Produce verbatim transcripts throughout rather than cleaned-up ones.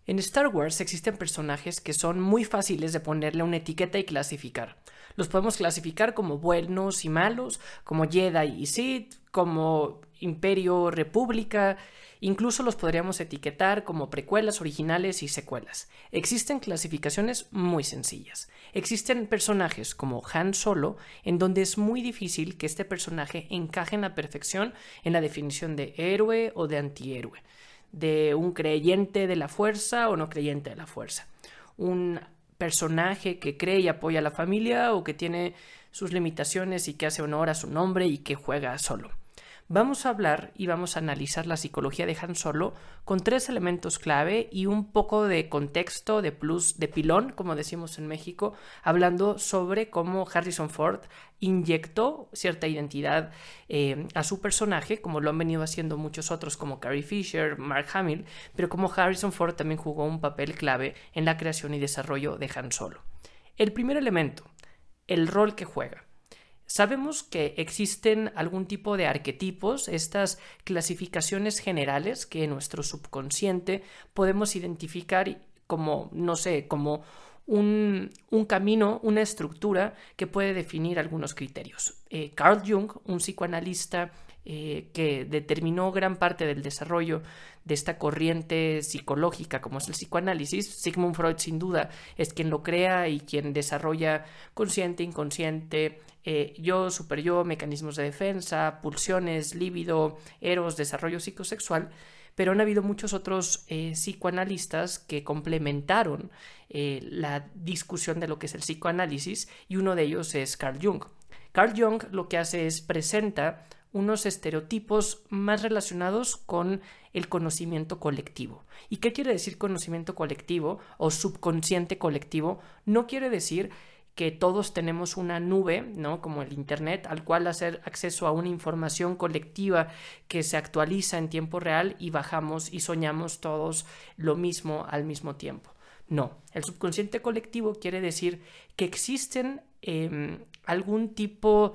En Star Wars existen personajes que son muy fáciles de ponerle una etiqueta y clasificar. Los podemos clasificar como buenos y malos, como Jedi y Sith, como Imperio, República. Incluso los podríamos etiquetar como precuelas, originales y secuelas. Existen clasificaciones muy sencillas. Existen personajes como Han Solo, en donde es muy difícil que este personaje encaje en la perfección en la definición de héroe o de antihéroe, de un creyente de la fuerza o no creyente de la fuerza, un personaje que cree y apoya a la familia o que tiene sus limitaciones y que hace honor a su nombre y que juega solo. Vamos a hablar y vamos a analizar la psicología de Han Solo con tres elementos clave y un poco de contexto, de plus, de pilón, como decimos en México, hablando sobre cómo Harrison Ford inyectó cierta identidad eh, a su personaje, como lo han venido haciendo muchos otros como Carrie Fisher, Mark Hamill, pero como Harrison Ford también jugó un papel clave en la creación y desarrollo de Han Solo. El primer elemento, el rol que juega. Sabemos que existen algún tipo de arquetipos, estas clasificaciones generales que en nuestro subconsciente podemos identificar como, no sé, como un, un camino, una estructura que puede definir algunos criterios. Eh, Carl Jung, un psicoanalista eh, que determinó gran parte del desarrollo de esta corriente psicológica como es el psicoanálisis, Sigmund Freud sin duda es quien lo crea y quien desarrolla consciente, inconsciente, Eh, yo, superyo, mecanismos de defensa, pulsiones, líbido, eros, desarrollo psicosexual, pero han habido muchos otros eh, psicoanalistas que complementaron eh, la discusión de lo que es el psicoanálisis y uno de ellos es Carl Jung. Carl Jung lo que hace es presenta unos estereotipos más relacionados con el conocimiento colectivo. ¿Y qué quiere decir conocimiento colectivo o subconsciente colectivo? No quiere decir que todos tenemos una nube, ¿no? Como el internet, al cual hacer acceso a una información colectiva que se actualiza en tiempo real y bajamos y soñamos todos lo mismo al mismo tiempo. No, el subconsciente colectivo quiere decir que existen eh, algún tipo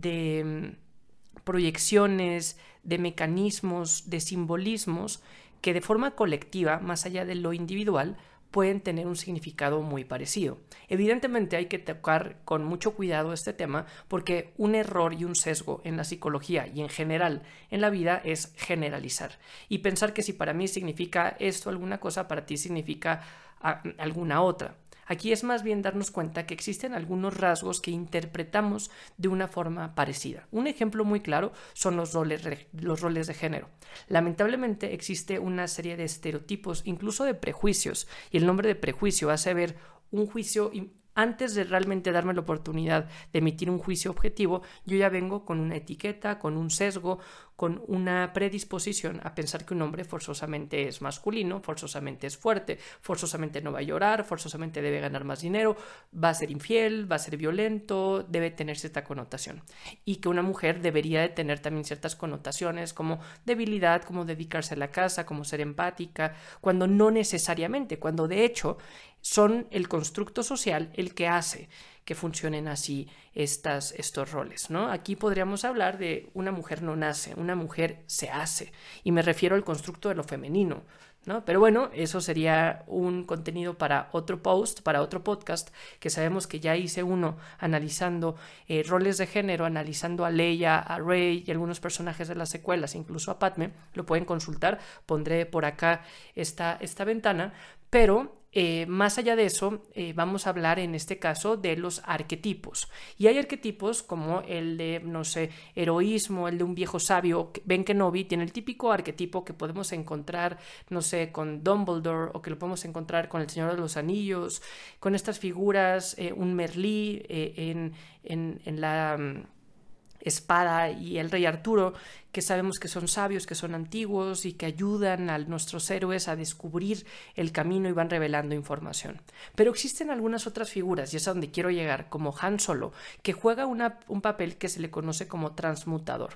de proyecciones, de mecanismos, de simbolismos que de forma colectiva, más allá de lo individual, pueden tener un significado muy parecido. Evidentemente hay que tocar con mucho cuidado este tema porque un error y un sesgo en la psicología y en general en la vida es generalizar y pensar que si para mí significa esto alguna cosa, para ti significa a, alguna otra. Aquí es más bien darnos cuenta que existen algunos rasgos que interpretamos de una forma parecida. Un ejemplo muy claro son los roles, los roles de género. Lamentablemente existe una serie de estereotipos, incluso de prejuicios, y el nombre de prejuicio hace ver un juicio antes de realmente darme la oportunidad de emitir un juicio objetivo. Yo ya vengo con una etiqueta, con un sesgo, con una predisposición a pensar que un hombre forzosamente es masculino, forzosamente es fuerte, forzosamente no va a llorar, forzosamente debe ganar más dinero, va a ser infiel, va a ser violento, debe tener cierta connotación. Y que una mujer debería de tener también ciertas connotaciones como debilidad, como dedicarse a la casa, como ser empática, cuando no necesariamente, cuando de hecho son el constructo social el que hace que funcionen así estas, estos roles, ¿no? Aquí podríamos hablar de una mujer no nace, una mujer se hace, y me refiero al constructo de lo femenino, ¿no? Pero bueno, eso sería un contenido para otro post, para otro podcast, que sabemos que ya hice uno analizando eh, roles de género, analizando a Leia, a Rey y algunos personajes de las secuelas, incluso a Padme. Lo pueden consultar, pondré por acá esta, esta ventana, pero Eh, más allá de eso, eh, vamos a hablar en este caso de los arquetipos. Y hay arquetipos como el de, no sé, heroísmo, el de un viejo sabio. Ben Kenobi tiene el típico arquetipo que podemos encontrar, no sé, con Dumbledore, o que lo podemos encontrar con el Señor de los Anillos, con estas figuras, eh, un Merlí eh, en, en, en la um, espada, y el rey Arturo, que sabemos que son sabios, que son antiguos y que ayudan a nuestros héroes a descubrir el camino y van revelando información. Pero existen algunas otras figuras, y es a donde quiero llegar, como Han Solo, que juega una, un papel que se le conoce como transmutador.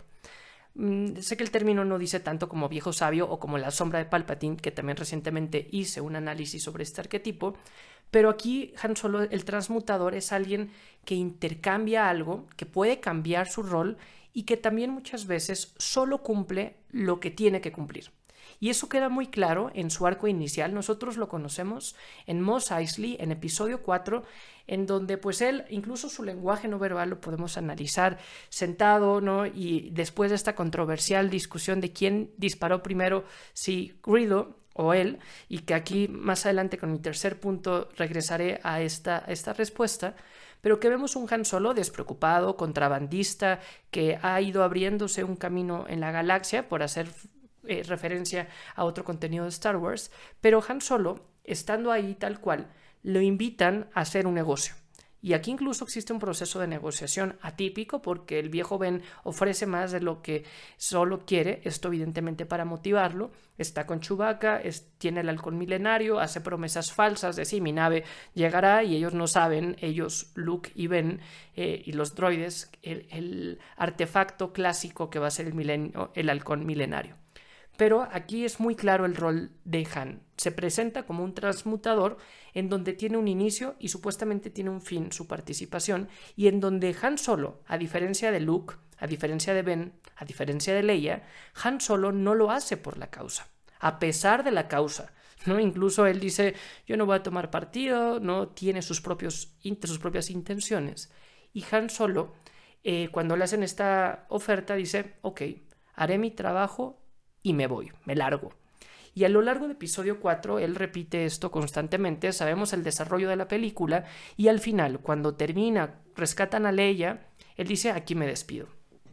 Mm, sé que el término no dice tanto como viejo sabio o como la sombra de Palpatine, que también recientemente hice un análisis sobre este arquetipo, pero aquí Han Solo, el transmutador, es alguien que intercambia algo, que puede cambiar su rol y que también muchas veces solo cumple lo que tiene que cumplir. Y eso queda muy claro en su arco inicial. Nosotros lo conocemos en Mos Eisley, en episodio cuatro, en donde pues él, incluso su lenguaje no verbal lo podemos analizar sentado, ¿no? Y después de esta controversial discusión de quién disparó primero, si Greedo o él, y que aquí más adelante con mi tercer punto regresaré a esta, a esta respuesta, pero que vemos un Han Solo despreocupado, contrabandista, que ha ido abriéndose un camino en la galaxia por hacer eh, referencia a otro contenido de Star Wars, pero Han Solo, estando ahí tal cual, lo invitan a hacer un negocio. Y aquí incluso existe un proceso de negociación atípico porque el viejo Ben ofrece más de lo que solo quiere, esto evidentemente para motivarlo. Está con Chewbacca, es, tiene el halcón milenario, hace promesas falsas de sí, mi nave llegará, y ellos no saben, ellos, Luke y Ben eh, y los droides, el, el artefacto clásico que va a ser el, milenio, el halcón milenario. Pero aquí es muy claro el rol de Han. Se presenta como un transmutador en donde tiene un inicio y supuestamente tiene un fin su participación, y en donde Han Solo, a diferencia de Luke, a diferencia de Ben, a diferencia de Leia, Han Solo no lo hace por la causa, a pesar de la causa, ¿no? Incluso él dice, yo no voy a tomar partido, no tiene sus, propios, sus propias intenciones. Y Han Solo, eh, cuando le hacen esta oferta, dice, ok, haré mi trabajo y me voy, me largo. Y a lo largo de episodio cuatro él repite esto constantemente, sabemos el desarrollo de la película, y al final, cuando termina, rescatan a Leia, él dice, aquí me despido.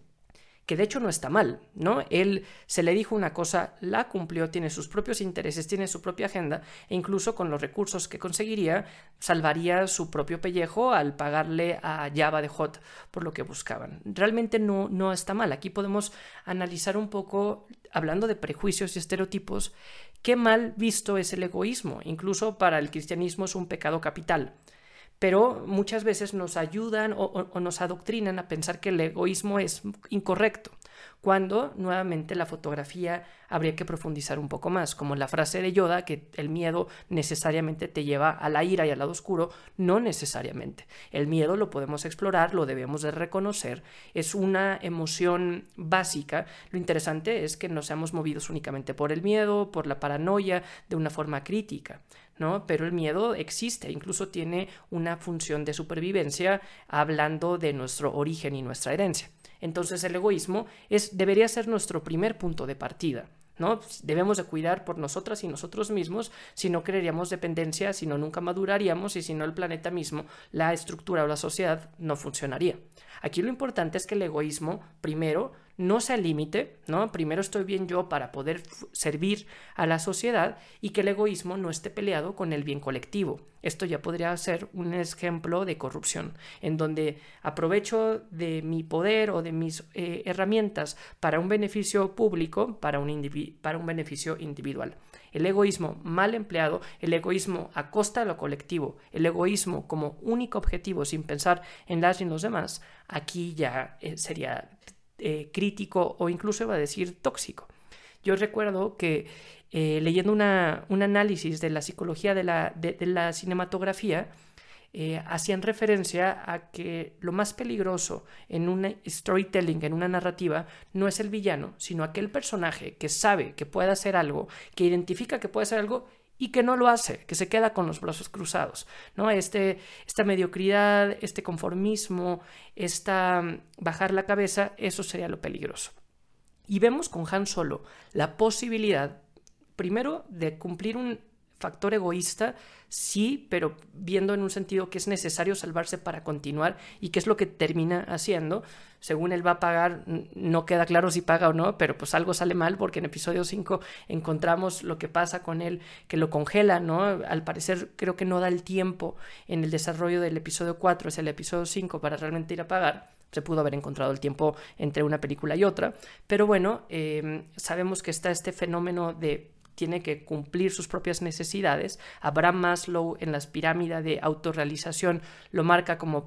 Que de hecho no está mal, ¿no? Él se le dijo una cosa, la cumplió, tiene sus propios intereses, tiene su propia agenda, e incluso con los recursos que conseguiría, salvaría su propio pellejo al pagarle a Jabba the Hutt por lo que buscaban. Realmente no, no está mal. Aquí podemos analizar un poco, hablando de prejuicios y estereotipos, qué mal visto es el egoísmo. Incluso para el cristianismo es un pecado capital. Pero muchas veces nos ayudan o, o, o nos adoctrinan a pensar que el egoísmo es incorrecto, cuando nuevamente la fotografía habría que profundizar un poco más, como la frase de Yoda, que el miedo necesariamente te lleva a la ira y al lado oscuro. No necesariamente. El miedo lo podemos explorar, lo debemos de reconocer, es una emoción básica. Lo interesante es que no seamos movidos únicamente por el miedo, por la paranoia, de una forma crítica, ¿no? Pero el miedo existe, incluso tiene una función de supervivencia, hablando de nuestro origen y nuestra herencia. Entonces el egoísmo es, debería ser nuestro primer punto de partida, ¿no? Debemos de cuidar por nosotras y nosotros mismos, si no crearíamos dependencia, si no nunca maduraríamos, y si no el planeta mismo, la estructura o la sociedad no funcionaría. Aquí lo importante es que el egoísmo, primero, no sea el límite, ¿no? Primero estoy bien yo para poder servir a la sociedad, y que el egoísmo no esté peleado con el bien colectivo. Esto ya podría ser un ejemplo de corrupción, en donde aprovecho de mi poder o de mis eh, herramientas para un beneficio público, para un, individu- para un beneficio individual. El egoísmo mal empleado, el egoísmo a costa de lo colectivo, el egoísmo como único objetivo sin pensar en las y en los demás, aquí ya eh, sería eh, crítico, o incluso iba a decir tóxico. Yo recuerdo que eh, leyendo una, un análisis de la psicología de la, de, de la cinematografía, eh, hacían referencia a que lo más peligroso en un storytelling, en una narrativa, no es el villano, sino aquel personaje que sabe que puede hacer algo, que identifica que puede hacer algo y que no lo hace, que se queda con los brazos cruzados, ¿no? Este, esta mediocridad, este conformismo, esta bajar la cabeza, eso sería lo peligroso. Y vemos con Han Solo la posibilidad, primero, de cumplir un factor egoísta, sí, pero viendo en un sentido que es necesario salvarse para continuar, y que es lo que termina haciendo. Según él va a pagar, no queda claro si paga o no, pero pues algo sale mal, porque en episodio cinco encontramos lo que pasa con él, que lo congela, ¿no? Al parecer creo que no da el tiempo en el desarrollo del episodio cuatro, es el episodio cinco, para realmente ir a pagar. Se pudo haber encontrado el tiempo entre una película y otra, pero bueno, eh, sabemos que está este fenómeno de tiene que cumplir sus propias necesidades. Abraham Maslow, en las pirámides de autorrealización, lo marca como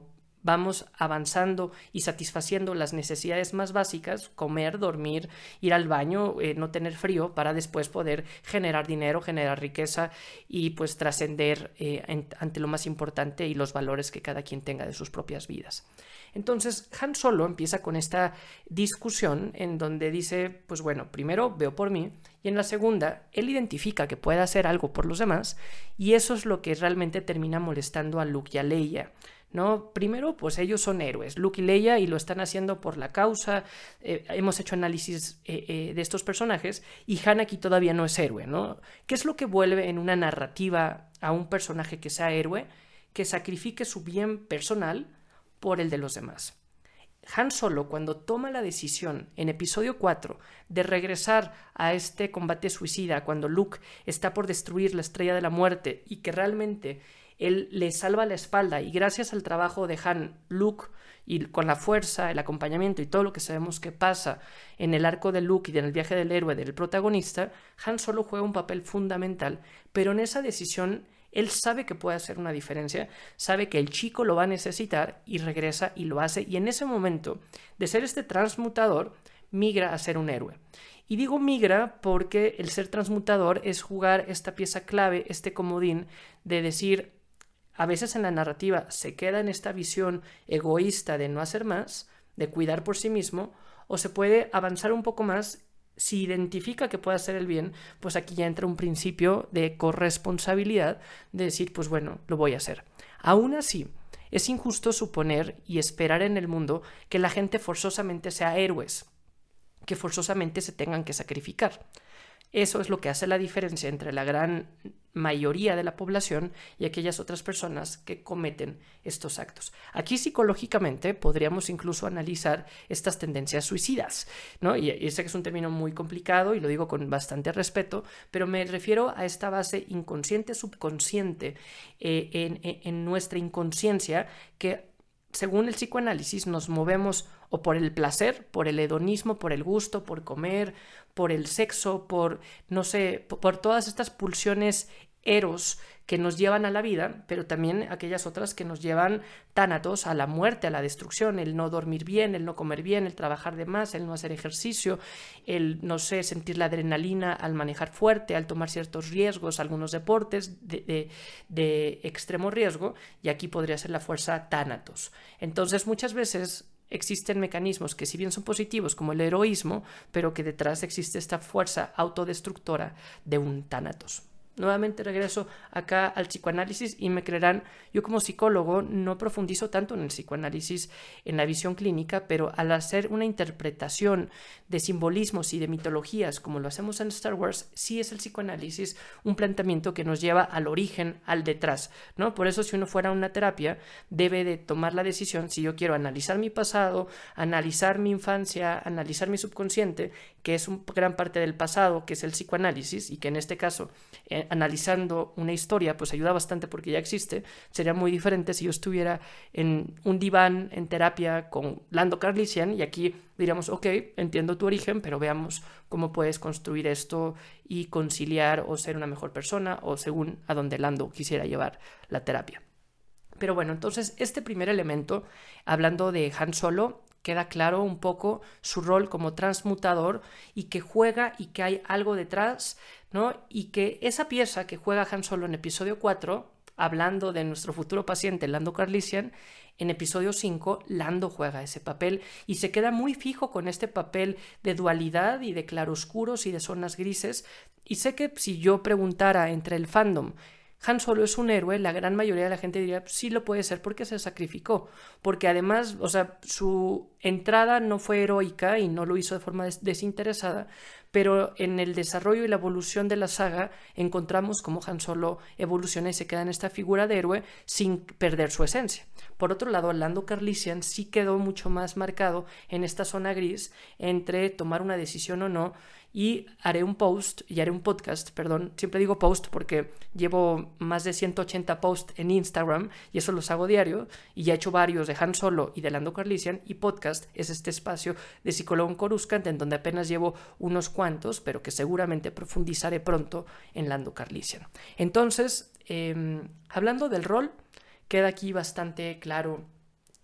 vamos avanzando y satisfaciendo las necesidades más básicas, comer, dormir, ir al baño, eh, no tener frío, para después poder generar dinero, generar riqueza y pues trascender eh, ante lo más importante y los valores que cada quien tenga de sus propias vidas. Entonces Han Solo empieza con esta discusión en donde dice, pues bueno, primero veo por mí, y en la segunda él identifica que puede hacer algo por los demás, y eso es lo que realmente termina molestando a Luke y a Leia, ¿no? Primero, pues ellos son héroes, Luke y Leia, y lo están haciendo por la causa. Eh, hemos hecho análisis eh, eh, de estos personajes, y Han aquí todavía no es héroe, ¿no? ¿Qué es lo que vuelve en una narrativa a un personaje que sea héroe? Que sacrifique su bien personal por el de los demás. Han Solo, cuando toma la decisión en episodio cuatro de regresar a este combate suicida, cuando Luke está por destruir la Estrella de la Muerte y que realmente él le salva la espalda, y gracias al trabajo de Han, Luke, y con la fuerza, el acompañamiento y todo lo que sabemos que pasa en el arco de Luke y en el viaje del héroe del protagonista, Han Solo juega un papel fundamental, pero en esa decisión él sabe que puede hacer una diferencia, sabe que el chico lo va a necesitar y regresa y lo hace, y en ese momento de ser este transmutador migra a ser un héroe. Y digo migra porque el ser transmutador es jugar esta pieza clave, este comodín de decir, a veces en la narrativa se queda en esta visión egoísta de no hacer más, de cuidar por sí mismo, o se puede avanzar un poco más. Si identifica que puede hacer el bien, pues aquí ya entra un principio de corresponsabilidad, de decir, pues bueno, lo voy a hacer. Aún así, es injusto suponer y esperar en el mundo que la gente forzosamente sea héroes, que forzosamente se tengan que sacrificar. Eso es lo que hace la diferencia entre la gran mayoría de la población y aquellas otras personas que cometen estos actos. Aquí psicológicamente podríamos incluso analizar estas tendencias suicidas, ¿no? Y, y sé que es un término muy complicado y lo digo con bastante respeto, pero me refiero a esta base inconsciente, subconsciente, eh, en, en, en nuestra inconsciencia, que según el psicoanálisis nos movemos o por el placer, por el hedonismo, por el gusto, por comer, por el sexo, por, no sé, por, por todas estas pulsiones eros que nos llevan a la vida, pero también aquellas otras que nos llevan tánatos a la muerte, a la destrucción, el no dormir bien, el no comer bien, el trabajar de más, el no hacer ejercicio, el, no sé, sentir la adrenalina al manejar fuerte, al tomar ciertos riesgos, algunos deportes de, de, de extremo riesgo, y aquí podría ser la fuerza tánatos. Entonces, muchas veces existen mecanismos que si bien son positivos como el heroísmo, pero que detrás existe esta fuerza autodestructora de un tánatos. Nuevamente regreso acá al psicoanálisis y me creerán, yo como psicólogo no profundizo tanto en el psicoanálisis, en la visión clínica, pero al hacer una interpretación de simbolismos y de mitologías como lo hacemos en Star Wars, sí es el psicoanálisis un planteamiento que nos lleva al origen, al detrás, ¿no? Por eso si uno fuera a una terapia debe de tomar la decisión, si yo quiero analizar mi pasado, analizar mi infancia, analizar mi subconsciente, que es una gran parte del pasado, que es el psicoanálisis, y que en este caso eh, analizando una historia pues ayuda bastante porque ya existe. Sería muy diferente si yo estuviera en un diván en terapia con Lando Calrissian y aquí diríamos, ok, entiendo tu origen, pero veamos cómo puedes construir esto y conciliar o ser una mejor persona o según a donde Lando quisiera llevar la terapia. Pero bueno, entonces este primer elemento, hablando de Han Solo, queda claro un poco su rol como transmutador y que juega y que hay algo detrás, ¿no? Y que esa pieza que juega Han Solo en episodio cuatro, hablando de nuestro futuro paciente Lando Calrissian, en episodio cinco Lando juega ese papel y se queda muy fijo con este papel de dualidad y de claroscuros y de zonas grises. Y sé que si yo preguntara entre el fandom, Han Solo es un héroe, la gran mayoría de la gente diría, sí lo puede ser porque se sacrificó, porque además, o sea, su entrada no fue heroica y no lo hizo de forma des- desinteresada, pero en el desarrollo y la evolución de la saga encontramos cómo Han Solo evoluciona y se queda en esta figura de héroe sin perder su esencia. Por otro lado, Lando Calrissian sí quedó mucho más marcado en esta zona gris entre tomar una decisión o no, y haré un post y haré un podcast, perdón, siempre digo post porque llevo más de ciento ochenta posts en Instagram y eso los hago diario y ya he hecho varios de Han Solo y de Lando Calrissian, y podcast es este espacio de Psicólogo en Coruscant en donde apenas llevo unos cuantos, pero que seguramente profundizaré pronto en Lando Calrissian. Entonces, eh, hablando del rol, queda aquí bastante claro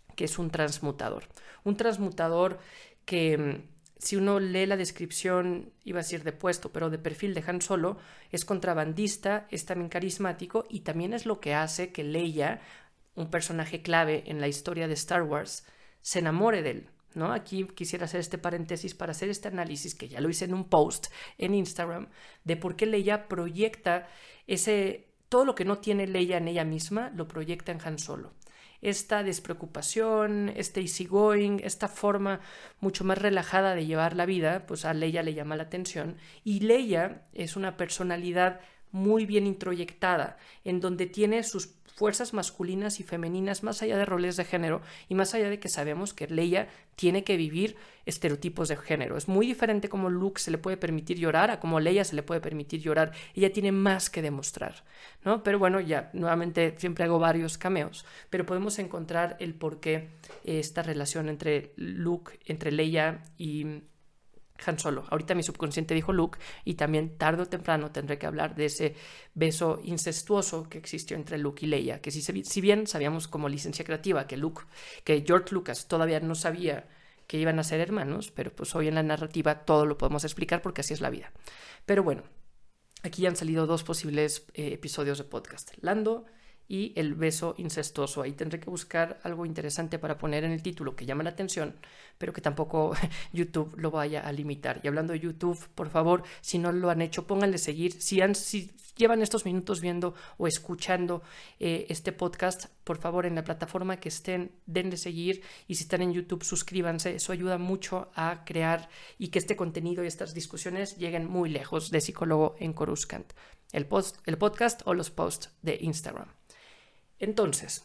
que es un transmutador. Un transmutador que, si uno lee la descripción, iba a decir de puesto, pero de perfil de Han Solo, es contrabandista, es también carismático y también es lo que hace que Leia, un personaje clave en la historia de Star Wars, se enamore de él, ¿no? Aquí quisiera hacer este paréntesis para hacer este análisis, que ya lo hice en un post en Instagram, de por qué Leia proyecta ese... todo lo que no tiene Leia en ella misma, lo proyecta en Han Solo. Esta despreocupación, este easygoing, esta forma mucho más relajada de llevar la vida, pues a Leia le llama la atención. Y Leia es una personalidad muy bien introyectada, en donde tiene sus fuerzas masculinas y femeninas más allá de roles de género y más allá de que sabemos que Leia tiene que vivir estereotipos de género. Es muy diferente como Luke se le puede permitir llorar a como Leia se le puede permitir llorar. Ella tiene más que demostrar, ¿no? Pero bueno, ya nuevamente siempre hago varios cameos, pero podemos encontrar el porqué esta relación entre Luke, entre Leia y Han Solo. Ahorita mi subconsciente dijo Luke y también tarde o temprano tendré que hablar de ese beso incestuoso que existió entre Luke y Leia, que si, si bien sabíamos como licencia creativa que Luke, que George Lucas todavía no sabía que iban a ser hermanos, pero pues hoy en la narrativa todo lo podemos explicar porque así es la vida. Pero bueno, aquí ya han salido dos posibles eh, episodios de podcast, Lando y el beso incestuoso. Ahí tendré que buscar algo interesante para poner en el título que llame la atención, pero que tampoco YouTube lo vaya a limitar. Y hablando de YouTube, por favor, si no lo han hecho, pónganle seguir. Si, han, si llevan estos minutos viendo o escuchando eh, este podcast, por favor, en la plataforma que estén, denle seguir. Y si están en YouTube, suscríbanse. Eso ayuda mucho a crear y que este contenido y estas discusiones lleguen muy lejos de Psicólogo en Coruscant, el, post, el podcast o los posts de Instagram. Entonces,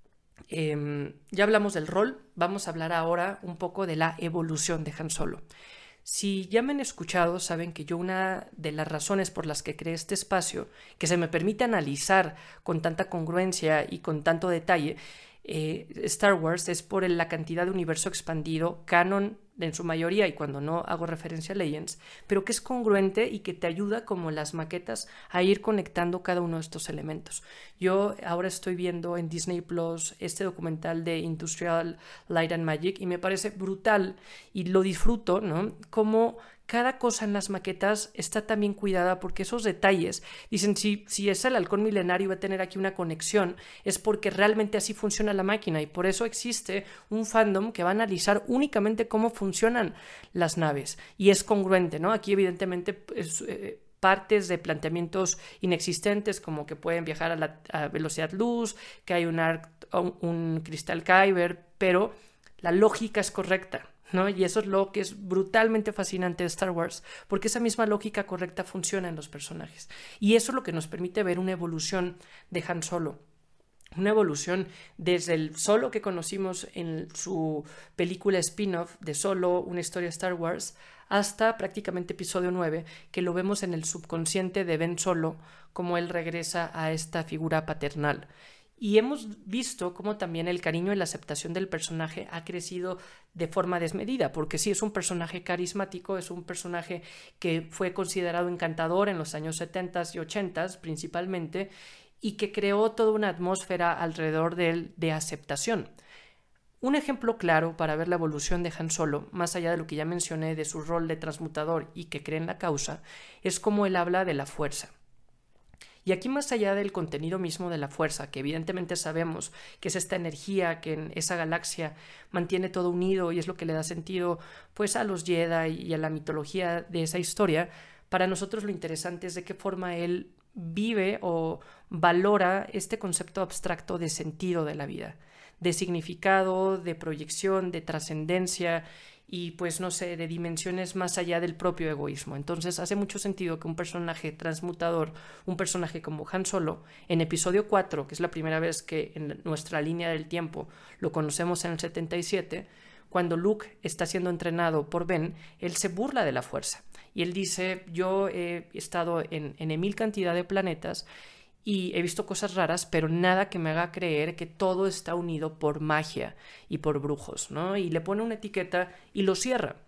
eh, ya hablamos del rol, vamos a hablar ahora un poco de la evolución de Han Solo. Si ya me han escuchado, saben que yo una de las razones por las que creé este espacio, que se me permite analizar con tanta congruencia y con tanto detalle eh, Star Wars, es por la cantidad de universo expandido, canon en su mayoría, y cuando no hago referencia a Legends, pero que es congruente y que te ayuda, como las maquetas, a ir conectando cada uno de estos elementos. Yo ahora estoy viendo en Disney Plus este documental de Industrial Light and Magic y me parece brutal y lo disfruto, ¿no? Como cada cosa en las maquetas está tan bien cuidada, porque esos detalles, dicen, si, si es el halcón milenario y va a tener aquí una conexión, es porque realmente así funciona la máquina, y por eso existe un fandom que va a analizar únicamente cómo funcionan las naves, y es congruente, ¿no? Aquí evidentemente es, eh, partes de planteamientos inexistentes, como que pueden viajar a la a velocidad luz, que hay un, arc, un, un cristal Kyber, pero la lógica es correcta, ¿no? Y eso es lo que es brutalmente fascinante de Star Wars, porque esa misma lógica correcta funciona en los personajes. Y eso es lo que nos permite ver una evolución de Han Solo. Una evolución desde el Solo que conocimos en su película spin-off de Solo, una historia de Star Wars, hasta prácticamente episodio nueve, que lo vemos en el subconsciente de Ben Solo, como él regresa a esta figura paternal. Y hemos visto cómo también el cariño y la aceptación del personaje ha crecido de forma desmedida, porque sí, es un personaje carismático, es un personaje que fue considerado encantador en los años setenta y ochenta principalmente, y que creó toda una atmósfera alrededor de él de aceptación. Un ejemplo claro para ver la evolución de Han Solo, más allá de lo que ya mencioné de su rol de transmutador y que cree en la causa, es cómo él habla de la fuerza. Y aquí, más allá del contenido mismo de la fuerza, que evidentemente sabemos que es esta energía que en esa galaxia mantiene todo unido y es lo que le da sentido pues a los Jedi y a la mitología de esa historia, para nosotros lo interesante es de qué forma él vive o valora este concepto abstracto de sentido de la vida, de significado, de proyección, de trascendencia y pues no sé, de dimensiones más allá del propio egoísmo. Entonces hace mucho sentido que un personaje transmutador, un personaje como Han Solo, en episodio cuatro, que es la primera vez que en nuestra línea del tiempo lo conocemos en el setenta y siete, cuando Luke está siendo entrenado por Ben, él se burla de la fuerza. Y él dice, yo he estado en, en mil cantidad de planetas y he visto cosas raras, pero nada que me haga creer que todo está unido por magia y por brujos, ¿no? Y le pone una etiqueta y lo cierra.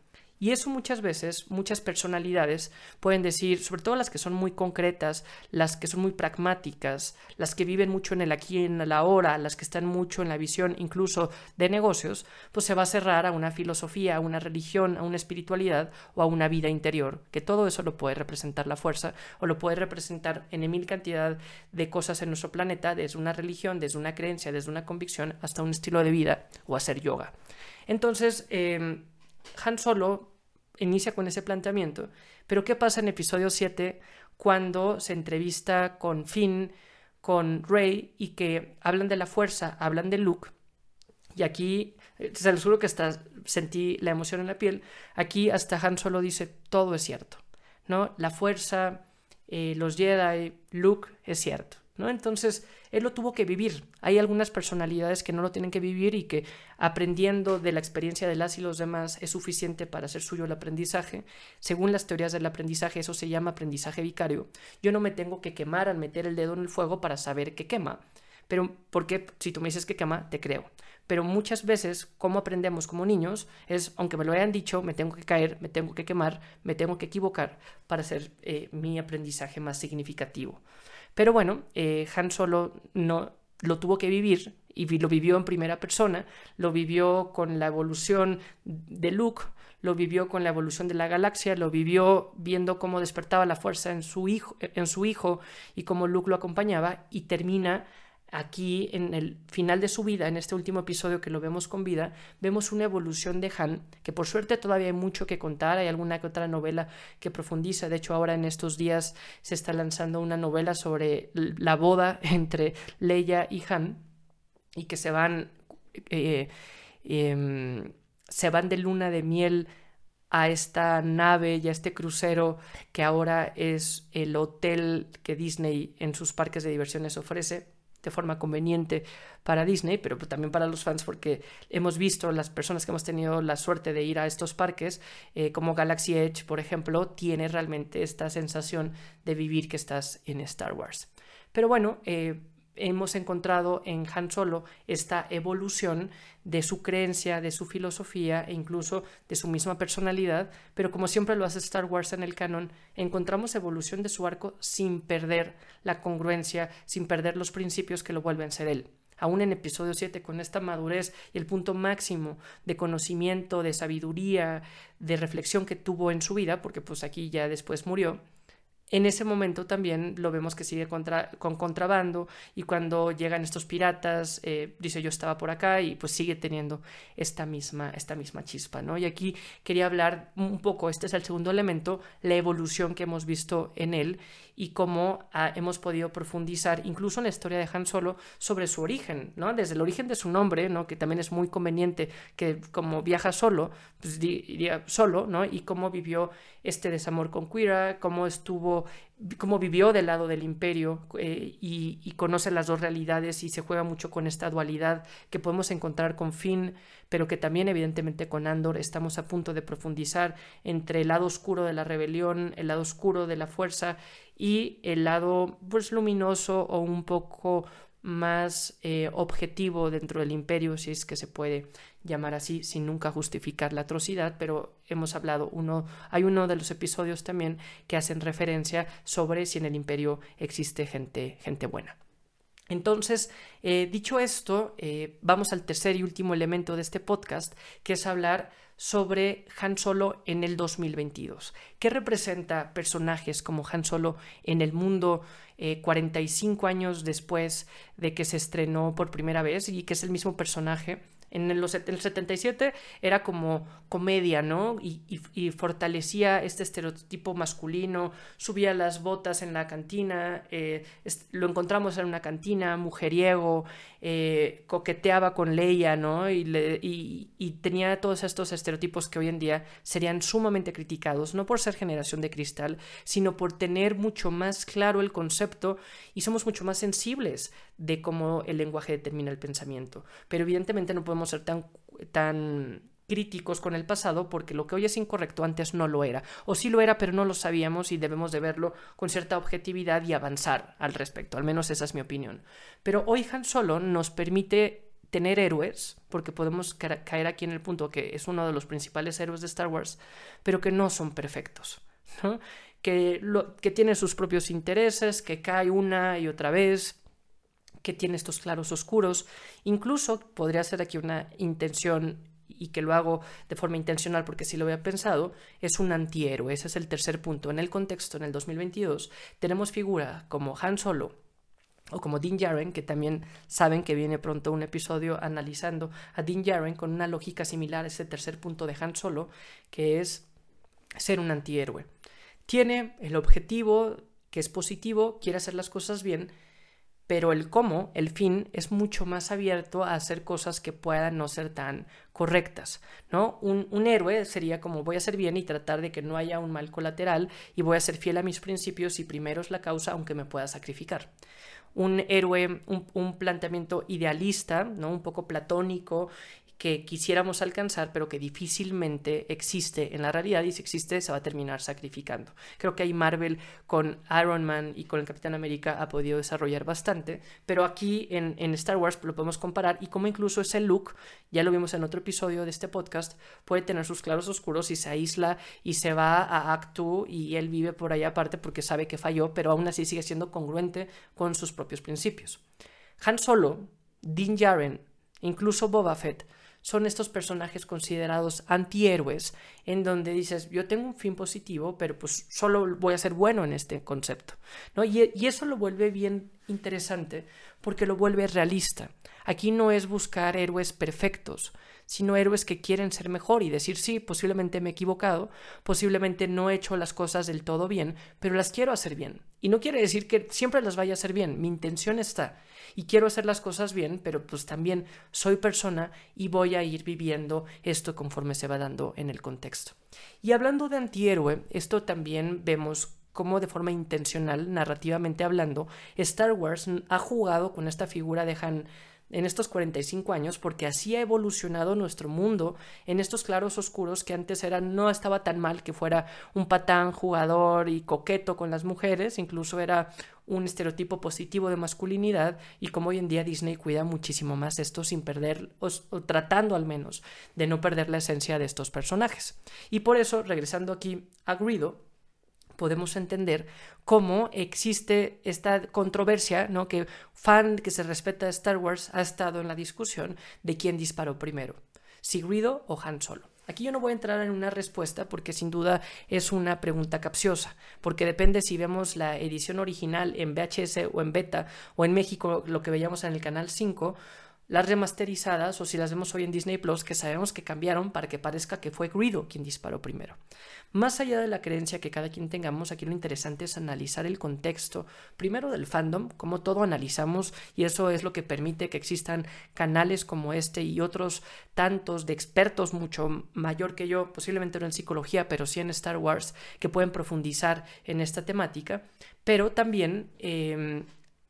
Y eso muchas veces, muchas personalidades pueden decir, sobre todo las que son muy concretas, las que son muy pragmáticas, las que viven mucho en el aquí y en el ahora, las que están mucho en la visión incluso de negocios, pues se va a cerrar a una filosofía, a una religión, a una espiritualidad o a una vida interior, que todo eso lo puede representar la fuerza o lo puede representar en mil cantidad de cosas en nuestro planeta, desde una religión, desde una creencia, desde una convicción, hasta un estilo de vida o hacer yoga. Entonces, eh, Han Solo inicia con ese planteamiento, pero ¿qué pasa en episodio siete cuando se entrevista con Finn, con Rey, y que hablan de la fuerza, hablan de Luke? Y aquí, se los juro que hasta sentí la emoción en la piel, aquí hasta Han Solo dice, todo es cierto, ¿no? La fuerza, eh, los Jedi, Luke, es cierto, ¿no? Entonces, él lo tuvo que vivir. Hay algunas personalidades que no lo tienen que vivir y que aprendiendo de la experiencia de las y los demás es suficiente para hacer suyo el aprendizaje. Según las teorías del aprendizaje, eso se llama aprendizaje vicario. Yo no me tengo que quemar al meter el dedo en el fuego para saber que quema. Pero, porque si tú me dices que quema, te creo. Pero muchas veces, como aprendemos como niños, es, aunque me lo hayan dicho, me tengo que caer, me tengo que quemar, me tengo que equivocar para hacer eh, mi aprendizaje más significativo. Pero bueno, eh, Han Solo no lo tuvo que vivir y lo vivió en primera persona, lo vivió con la evolución de Luke, lo vivió con la evolución de la galaxia, lo vivió viendo cómo despertaba la fuerza en su hijo, en su hijo y cómo Luke lo acompañaba, y termina aquí en el final de su vida, en este último episodio que lo vemos con vida, vemos una evolución de Han, que por suerte todavía hay mucho que contar, hay alguna que otra novela que profundiza. De hecho, ahora en estos días se está lanzando una novela sobre la boda entre Leia y Han, y que se van eh, eh, se van de luna de miel a esta nave y a este crucero que ahora es el hotel que Disney en sus parques de diversiones ofrece de forma conveniente para Disney, pero también para los fans, porque hemos visto, las personas que hemos tenido la suerte de ir a estos parques, eh, como Galaxy Edge, por ejemplo, tiene realmente esta sensación de vivir que estás en Star Wars. Pero bueno, eh, hemos encontrado en Han Solo esta evolución de su creencia, de su filosofía e incluso de su misma personalidad, pero como siempre lo hace Star Wars en el canon, encontramos evolución de su arco sin perder la congruencia, sin perder los principios que lo vuelven ser él. Aún en episodio siete, con esta madurez y el punto máximo de conocimiento, de sabiduría, de reflexión que tuvo en su vida, porque pues aquí ya después murió, en ese momento también lo vemos que sigue contra, con contrabando, y cuando llegan estos piratas, eh, dice yo estaba por acá, y pues sigue teniendo esta misma, esta misma chispa, ¿no? Y aquí quería hablar un poco, este es el segundo elemento, la evolución que hemos visto en él y cómo ah, hemos podido profundizar incluso en la historia de Han Solo sobre su origen, ¿no? Desde el origen de su nombre, ¿no? Que también es muy conveniente que como viaja solo, pues diría solo, ¿no? Y cómo vivió este desamor con Qi'ra, cómo estuvo, cómo vivió del lado del Imperio eh, y, y conoce las dos realidades y se juega mucho con esta dualidad que podemos encontrar con Finn, pero que también evidentemente con Andor estamos a punto de profundizar entre el lado oscuro de la rebelión, el lado oscuro de la fuerza y el lado pues luminoso o un poco más eh, objetivo dentro del Imperio, si es que se puede llamar así, sin nunca justificar la atrocidad, pero hemos hablado, uno, hay uno de los episodios también que hacen referencia sobre si en el Imperio existe gente, gente buena. Entonces, eh, dicho esto, eh, vamos al tercer y último elemento de este podcast, que es hablar sobre Han Solo en el dos mil veintidós. ¿Qué representa personajes como Han Solo en el mundo eh, cuarenta y cinco años después de que se estrenó por primera vez, y que es el mismo personaje? En el, los, el setenta y siete era como comedia, ¿no? Y, y, y fortalecía este estereotipo masculino, subía las botas en la cantina, eh, es, lo encontramos en una cantina, mujeriego, eh, coqueteaba con Leia, ¿no? Y, le, y, y tenía todos estos estereotipos que hoy en día serían sumamente criticados, no por ser generación de cristal, sino por tener mucho más claro el concepto, y somos mucho más sensibles de cómo el lenguaje determina el pensamiento. Pero evidentemente no podemos ser tan, tan críticos con el pasado, porque lo que hoy es incorrecto antes no lo era, o sí lo era pero no lo sabíamos, y debemos de verlo con cierta objetividad y avanzar al respecto, al menos esa es mi opinión. Pero hoy Han Solo nos permite tener héroes, porque podemos ca- caer aquí en el punto que es uno de los principales héroes de Star Wars, pero que no son perfectos, ¿no? Que, lo, que tiene sus propios intereses, que cae una y otra vez, que tiene estos claros oscuros. Incluso podría ser aquí una intención, y que lo hago de forma intencional porque sí lo había pensado, es un antihéroe. Ese es el tercer punto. En el contexto, en el dos mil veintidós, tenemos figuras como Han Solo o como Din Djarin, que también saben que viene pronto un episodio analizando a Din Djarin con una lógica similar a ese tercer punto de Han Solo, que es ser un antihéroe. Tiene el objetivo, que es positivo, quiere hacer las cosas bien, pero el cómo, el fin, es mucho más abierto a hacer cosas que puedan no ser tan correctas, ¿no? Un, un héroe sería como voy a hacer bien y tratar de que no haya un mal colateral y voy a ser fiel a mis principios y primero es la causa aunque me pueda sacrificar. Un héroe, un, un planteamiento idealista, ¿no? Un poco platónico, que quisiéramos alcanzar, pero que difícilmente existe en la realidad, y si existe se va a terminar sacrificando. Creo que ahí Marvel con Iron Man y con el Capitán América ha podido desarrollar bastante, pero aquí en, en Star Wars lo podemos comparar, y como incluso ese Luke, ya lo vimos en otro episodio de este podcast, puede tener sus claros oscuros y se aísla y se va a Ahch-To y él vive por ahí aparte porque sabe que falló, pero aún así sigue siendo congruente con sus propios principios. Han Solo, Din Djarin, incluso Boba Fett, son estos personajes considerados antihéroes, en donde dices, yo tengo un fin positivo, pero pues solo voy a ser bueno en este concepto, ¿no? Y, y eso lo vuelve bien interesante porque lo vuelve realista. Aquí no es buscar héroes perfectos, sino héroes que quieren ser mejor y decir, sí, posiblemente me he equivocado, posiblemente no he hecho las cosas del todo bien, pero las quiero hacer bien. Y no quiere decir que siempre las vaya a hacer bien, mi intención está, y quiero hacer las cosas bien, pero pues también soy persona y voy a ir viviendo esto conforme se va dando en el contexto. Y hablando de antihéroe, esto también vemos cómo de forma intencional, narrativamente hablando, Star Wars ha jugado con esta figura de Han en estos cuarenta y cinco años, porque así ha evolucionado nuestro mundo en estos claros oscuros que antes eran, no estaba tan mal que fuera un patán jugador y coqueto con las mujeres, incluso era un estereotipo positivo de masculinidad, y como hoy en día Disney cuida muchísimo más esto sin perder, o, o tratando al menos de no perder la esencia de estos personajes. Y por eso, regresando aquí a Greedo, podemos entender cómo existe esta controversia, ¿no? Que fan que se respeta de Star Wars ha estado en la discusión de quién disparó primero, si Greedo o Han Solo. Aquí yo no voy a entrar en una respuesta porque sin duda es una pregunta capciosa, porque depende si vemos la edición original en V H S o en beta, o en México lo que veíamos en el canal cinco, las remasterizadas, o si las vemos hoy en Disney Plus, que sabemos que cambiaron para que parezca que fue Greedo quien disparó primero. Más allá de la creencia que cada quien tengamos, aquí lo interesante es analizar el contexto, primero del fandom, como todo analizamos, y eso es lo que permite que existan canales como este y otros tantos de expertos mucho mayor que yo, posiblemente no en psicología, pero sí en Star Wars, que pueden profundizar en esta temática, pero también, eh,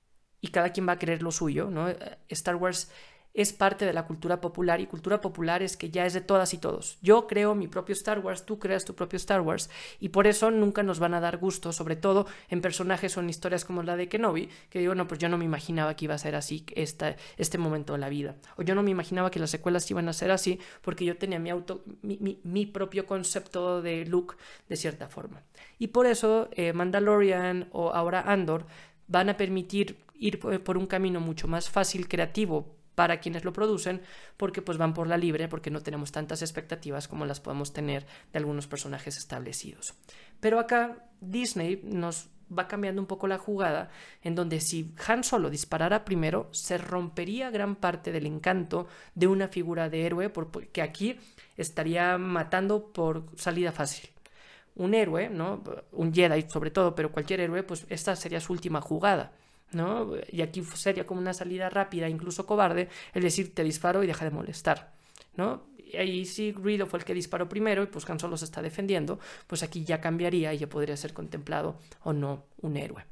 y cada quien va a querer lo suyo, ¿no? Star Wars es parte de la cultura popular, y cultura popular es que ya es de todas y todos. Yo creo mi propio Star Wars, tú creas tu propio Star Wars, y por eso nunca nos van a dar gusto, sobre todo en personajes o en historias como la de Kenobi, que digo, no, pues yo no me imaginaba que iba a ser así esta, este momento de la vida, o yo no me imaginaba que las secuelas iban a ser así, porque yo tenía mi, auto, mi, mi, mi propio concepto de Luke de cierta forma. Y por eso eh, Mandalorian o ahora Andor van a permitir ir por un camino mucho más fácil, creativo, para quienes lo producen, porque pues van por la libre, porque no tenemos tantas expectativas como las podemos tener de algunos personajes establecidos. Pero acá Disney nos va cambiando un poco la jugada, en donde si Han Solo disparara primero, se rompería gran parte del encanto de una figura de héroe, porque aquí estaría matando por salida fácil. Un héroe, ¿no? Un Jedi sobre todo, pero cualquier héroe, pues esta sería su última jugada, ¿no? Y aquí sería como una salida rápida, incluso cobarde, el decir te disparo y deja de molestar, ¿no? Y ahí sí Greedo fue el que disparó primero y pues Han Solo se está defendiendo, pues aquí ya cambiaría y ya podría ser contemplado o no un héroe.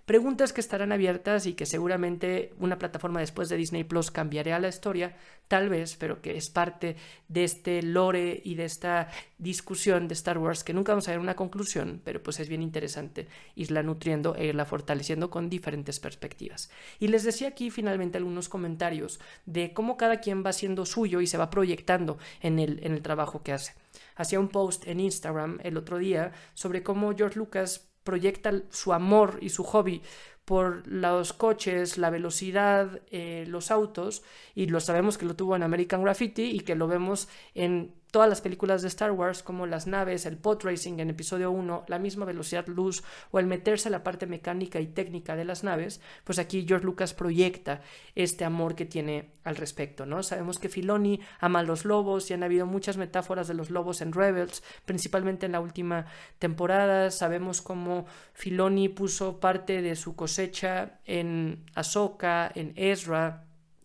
Preguntas que estarán abiertas y que seguramente una plataforma después de Disney Plus cambiará la historia, tal vez, pero que es parte de este lore y de esta discusión de Star Wars que nunca vamos a ver una conclusión, pero pues es bien interesante irla nutriendo e irla fortaleciendo con diferentes perspectivas. Y les decía aquí finalmente algunos comentarios de cómo cada quien va siendo suyo y se va proyectando en el, en el trabajo que hace. Hacía un post en Instagram el otro día sobre cómo George Lucas proyecta su amor y su hobby por los coches, la velocidad, eh, los autos, y lo sabemos que lo tuvo en American Graffiti y que lo vemos en todas las películas de Star Wars, como las naves, el pod racing en episodio uno, la misma velocidad luz o el meterse a la parte mecánica y técnica de las naves, pues aquí George Lucas proyecta este amor que tiene al respecto, ¿no? Sabemos que Filoni ama a los lobos y han habido muchas metáforas de los lobos en Rebels, principalmente en la última temporada. Sabemos cómo Filoni puso parte de su cosecha en Ahsoka, en Ezra,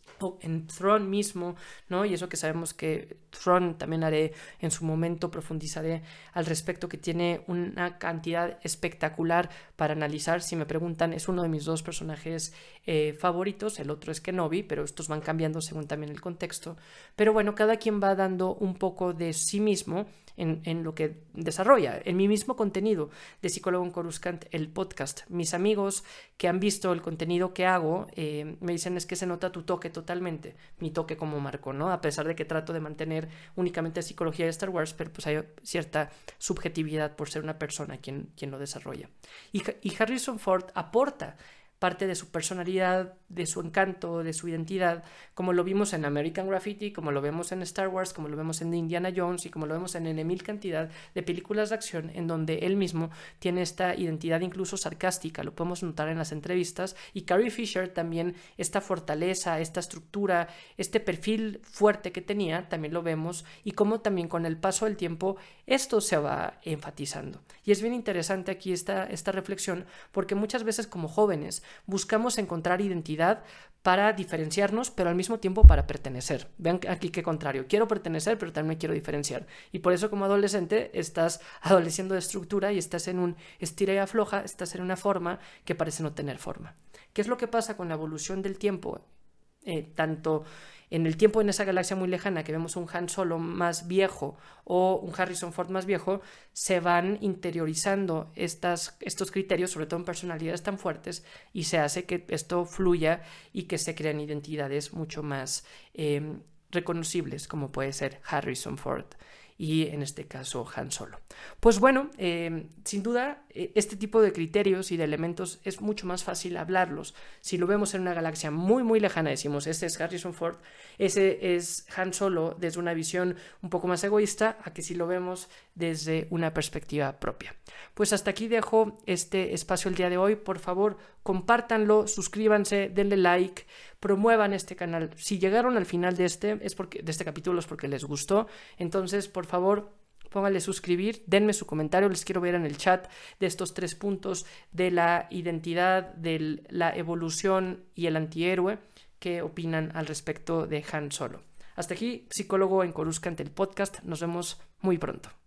en Thrawn mismo, ¿no? Y eso que sabemos que Thrawn también haré en su momento, profundizaré al respecto, que tiene una cantidad espectacular para analizar. Si me preguntan, es uno de mis dos personajes eh, favoritos, el otro es Kenobi, pero estos van cambiando según también el contexto. Pero bueno, cada quien va dando un poco de sí mismo en, en lo que desarrolla. En mi mismo contenido de Psicólogo en Coruscant, el podcast, mis amigos que han visto el contenido que hago eh, me dicen es que se nota tu toque totalmente, mi toque como Marco, ¿no? A pesar de que trato de mantener únicamente psicología de Star Wars, pero pues hay cierta subjetividad por ser una persona quien, quien lo desarrolla. Y, y Harrison Ford aporta parte de su personalidad, de su encanto, de su identidad, como lo vimos en American Graffiti, como lo vemos en Star Wars, como lo vemos en Indiana Jones y como lo vemos en N mil cantidad de películas de acción en donde él mismo tiene esta identidad incluso sarcástica, lo podemos notar en las entrevistas, y Carrie Fisher también esta fortaleza, esta estructura, este perfil fuerte que tenía, también lo vemos, y como también con el paso del tiempo esto se va enfatizando. Y es bien interesante aquí esta, esta reflexión, porque muchas veces como jóvenes buscamos encontrar identidad para diferenciarnos, pero al mismo tiempo para pertenecer. Vean aquí qué contrario. Quiero pertenecer, pero también me quiero diferenciar. Y por eso como adolescente estás adoleciendo de estructura y estás en un estira y afloja, estás en una forma que parece no tener forma. ¿Qué es lo que pasa con la evolución del tiempo? Eh, tanto en el tiempo en esa galaxia muy lejana que vemos un Han Solo más viejo o un Harrison Ford más viejo, se van interiorizando estas, estos criterios, sobre todo en personalidades tan fuertes, y se hace que esto fluya y que se crean identidades mucho más eh, reconocibles, como puede ser Harrison Ford y en este caso Han Solo. Pues bueno, eh, sin duda este tipo de criterios y de elementos es mucho más fácil hablarlos. Si lo vemos en una galaxia muy muy lejana, decimos, ese es Harrison Ford, ese es Han Solo desde una visión un poco más egoísta, a que si lo vemos desde una perspectiva propia. Pues hasta aquí dejo este espacio el día de hoy. Por favor, compártanlo, suscríbanse, denle like, promuevan este canal. Si llegaron al final de este, es porque, de este capítulo es porque les gustó. Entonces, por favor, pónganle suscribir, denme su comentario, les quiero ver en el chat de estos tres puntos de la identidad, de la evolución y el antihéroe, qué opinan al respecto de Han Solo. Hasta aquí, Psicólogo en Coruscant, el podcast. Nos vemos muy pronto.